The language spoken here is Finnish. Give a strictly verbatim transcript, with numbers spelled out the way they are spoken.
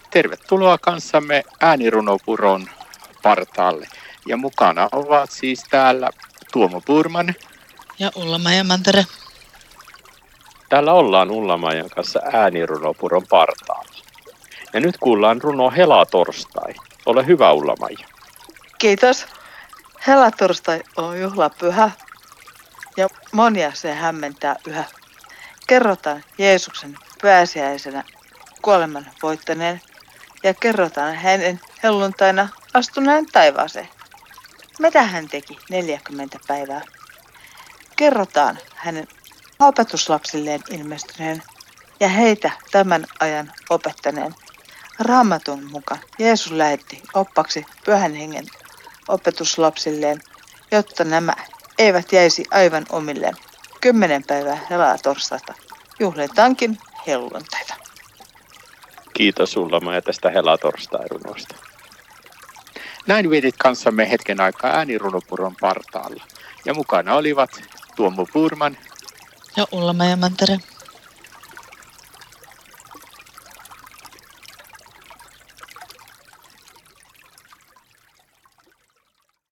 Tervetuloa kanssamme äänirunopuron partaalle. Ja mukana ovat siis täällä Tuomo Purman ja Ulla-Maija Mantere. Täällä ollaan Ulla-Maijan kanssa äänirunopuron partaalla. Ja nyt kuullaan runo Helatorstai. Ole hyvä, Ulla-Maija. Kiitos. Helatorstai on juhlapyhä ja monia se hämmentää yhä. Kerrotaan Jeesuksen pääsiäisenä kuoleman voittaneen ja kerrotaan hänen helluntaina astuneen taivaaseen. Mitä hän teki neljäkymmentä päivää? Kerrotaan hänen opetuslapsilleen ilmestyneen ja heitä tämän ajan opettaneen. Raamatun mukaan Jeesus lähetti oppaksi Pyhän Hengen opetuslapsilleen, jotta nämä eivät jäisi aivan omilleen. Kymmenen päivää helatorstaita juhlitaankin helluntaita. Kiitos Ulla-Maija tästä helatorstai-runosta. Näin vietit kanssamme hetken aikaa äänirunopuron partaalla. Ja mukana olivat Tuomo Purman ja Ulla-Maija Mantere.